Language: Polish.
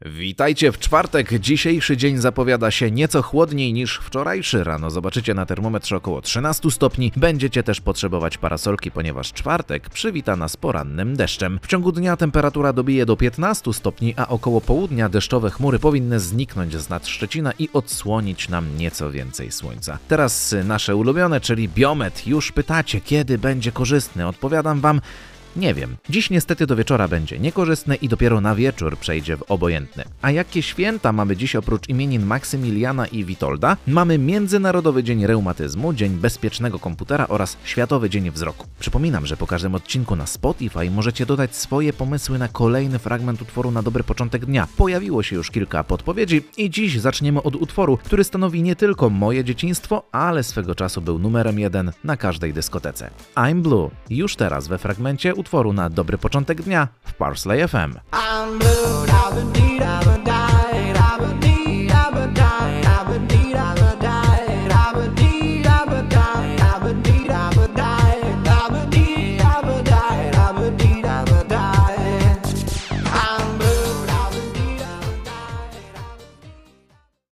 Witajcie w czwartek. Dzisiejszy dzień zapowiada się nieco chłodniej niż wczorajszy. Rano zobaczycie na termometrze około 13 stopni. Będziecie też potrzebować parasolki, ponieważ czwartek przywita nas porannym deszczem. W ciągu dnia temperatura dobije do 15 stopni, a około południa deszczowe chmury powinny zniknąć z nad Szczecina i odsłonić nam nieco więcej słońca. Teraz nasze ulubione, czyli biomet. Już pytacie, kiedy będzie korzystny? Odpowiadam wam: nie wiem. Dziś niestety do wieczora będzie niekorzystne i dopiero na wieczór przejdzie w obojętny. A jakie święta mamy dziś oprócz imienin Maksymiliana i Witolda? Mamy Międzynarodowy Dzień Reumatyzmu, Dzień Bezpiecznego Komputera oraz Światowy Dzień Wzroku. Przypominam, że po każdym odcinku na Spotify możecie dodać swoje pomysły na kolejny fragment utworu na dobry początek dnia. Pojawiło się już kilka podpowiedzi i dziś zaczniemy od utworu, który stanowi nie tylko moje dzieciństwo, ale swego czasu był numerem 1 na każdej dyskotece. I'm Blue. Już teraz we fragmencie utworu na dobry początek dnia w Parsley FM. I'm blue.